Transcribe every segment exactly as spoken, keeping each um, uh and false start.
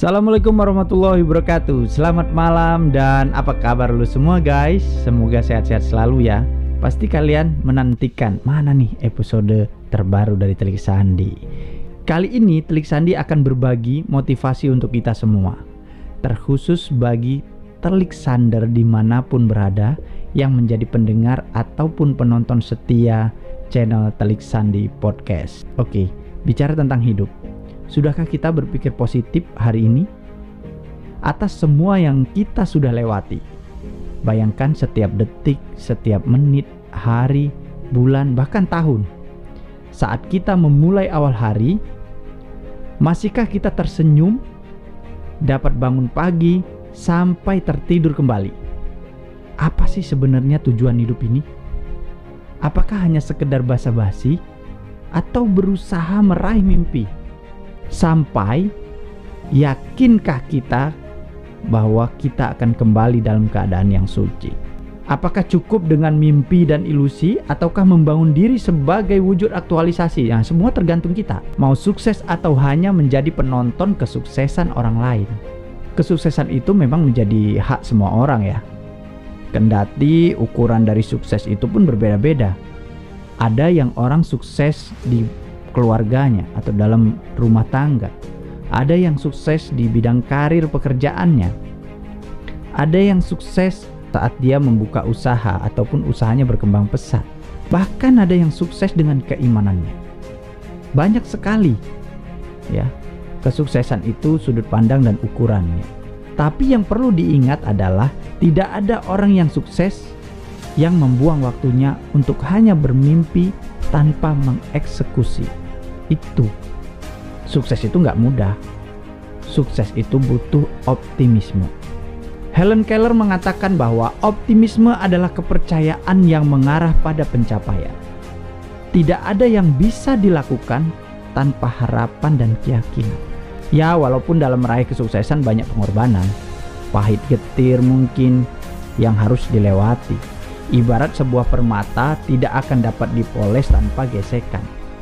Assalamualaikum warahmatullahi wabarakatuh. Selamat malam dan apa kabar lu semua guys? Semoga sehat-sehat selalu ya. Pasti kalian menantikan mana nih episode terbaru dari Telik Sandi. Kali ini Telik Sandi akan berbagi motivasi untuk kita semua, terkhusus bagi Telik Sander dimanapun berada yang menjadi pendengar ataupun penonton setia channel Telik Sandi Podcast. Oke, bicara tentang hidup. Sudahkah kita berpikir positif hari ini atas semua yang kita sudah lewati? Bayangkan setiap detik, setiap menit, hari, bulan, bahkan tahun. Saat kita memulai awal hari, masihkah kita tersenyum, dapat bangun pagi, sampai tertidur kembali? Apa sih sebenarnya tujuan hidup ini? Apakah hanya sekedar basa-basi atau berusaha meraih mimpi? Sampai yakinkah kita bahwa kita akan kembali dalam keadaan yang suci? Apakah cukup dengan mimpi dan ilusi ataukah membangun diri sebagai wujud aktualisasi? Nah, semua tergantung kita. Mau sukses atau hanya menjadi penonton kesuksesan orang lain. Kesuksesan itu memang menjadi hak semua orang ya. Kendati ukuran dari sukses itu pun berbeda-beda. Ada yang orang sukses di keluarganya atau dalam rumah tangga. Ada yang sukses di bidang karir pekerjaannya. Ada yang sukses saat dia membuka usaha ataupun usahanya berkembang pesat. Bahkan ada yang sukses dengan keimanannya. Banyak sekali ya. Kesuksesan itu sudut pandang dan ukurannya. Tapi yang perlu diingat adalah tidak ada orang yang sukses yang membuang waktunya untuk hanya bermimpi tanpa mengeksekusi. Itu sukses itu nggak mudah. Sukses itu butuh optimisme. Helen Keller mengatakan bahwa optimisme adalah kepercayaan yang mengarah pada pencapaian. Tidak ada yang bisa dilakukan tanpa harapan dan keyakinan. Ya, walaupun dalam meraih kesuksesan banyak pengorbanan, pahit getir mungkin yang harus dilewati. Ibarat sebuah permata tidak akan dapat dipoles tanpa gesekan.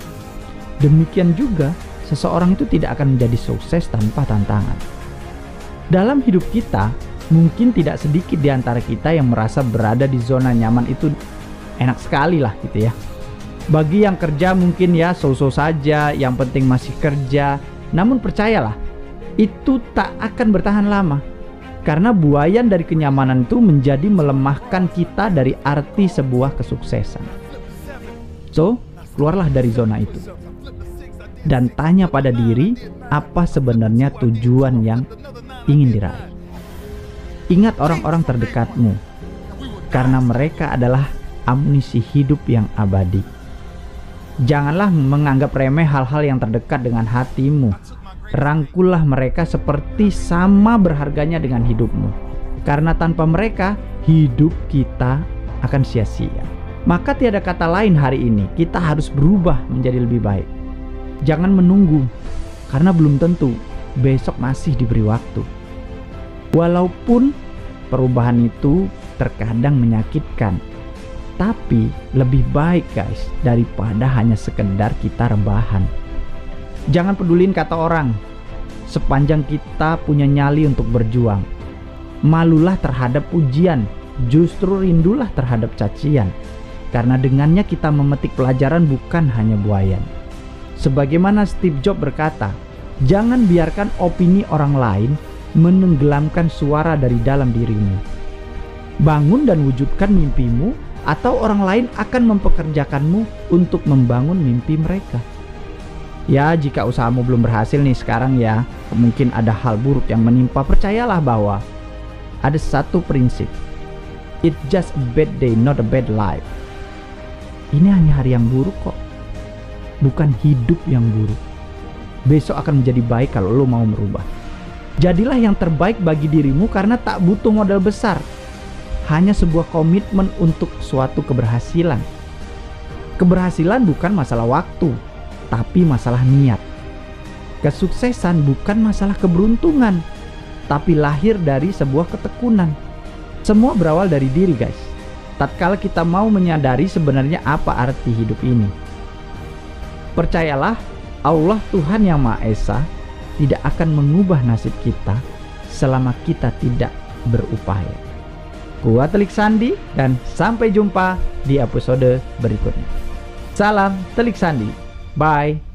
Demikian juga, seseorang itu tidak akan menjadi sukses tanpa tantangan. Dalam hidup kita, mungkin tidak sedikit di antara kita yang merasa berada di zona nyaman itu enak sekali lah gitu ya. Bagi yang kerja mungkin ya so-so saja, yang penting masih kerja. Namun percayalah, itu tak akan bertahan lama. Karena buayan dari kenyamanan itu menjadi melemahkan kita dari arti sebuah kesuksesan. So, keluarlah dari zona itu. Dan tanya pada diri, apa sebenarnya tujuan yang ingin diraih. Ingat orang-orang terdekatmu, karena mereka adalah amunisi hidup yang abadi. Janganlah menganggap remeh hal-hal yang terdekat dengan hatimu. Rangkullah mereka seperti sama berharganya dengan hidupmu. Karena tanpa mereka, hidup kita akan sia-sia. Maka tiada kata lain hari ini, kita harus berubah menjadi lebih baik. Jangan menunggu, karena belum tentu besok masih diberi waktu. Walaupun perubahan itu terkadang menyakitkan, tapi lebih baik guys daripada hanya sekedar kita rebahan. Jangan pedulin kata orang, sepanjang kita punya nyali untuk berjuang. Malulah terhadap pujian, justru rindulah terhadap cacian. Karena dengannya kita memetik pelajaran bukan hanya buayan. Sebagaimana Steve Jobs berkata, jangan biarkan opini orang lain menenggelamkan suara dari dalam dirimu. Bangun dan wujudkan mimpimu, atau orang lain akan mempekerjakanmu untuk membangun mimpi mereka. Ya, jika usahamu belum berhasil nih sekarang ya, mungkin ada hal buruk yang menimpa, percayalah bahwa ada satu prinsip. It's just a bad day, not a bad life. Ini hanya hari yang buruk kok, bukan hidup yang buruk. Besok akan menjadi baik kalau lo mau merubah. Jadilah yang terbaik bagi dirimu karena tak butuh modal besar. Hanya sebuah komitmen untuk suatu keberhasilan. Keberhasilan bukan masalah waktu, tapi masalah niat. Kesuksesan bukan masalah keberuntungan, tapi lahir dari sebuah ketekunan. Semua berawal dari diri guys. Tatkala kita mau menyadari sebenarnya apa arti hidup ini. Percayalah, Allah Tuhan Yang Maha Esa tidak akan mengubah nasib kita selama kita tidak berupaya. Gua Telik Sandi dan sampai jumpa di episode berikutnya. Salam Telik Sandi. Bye.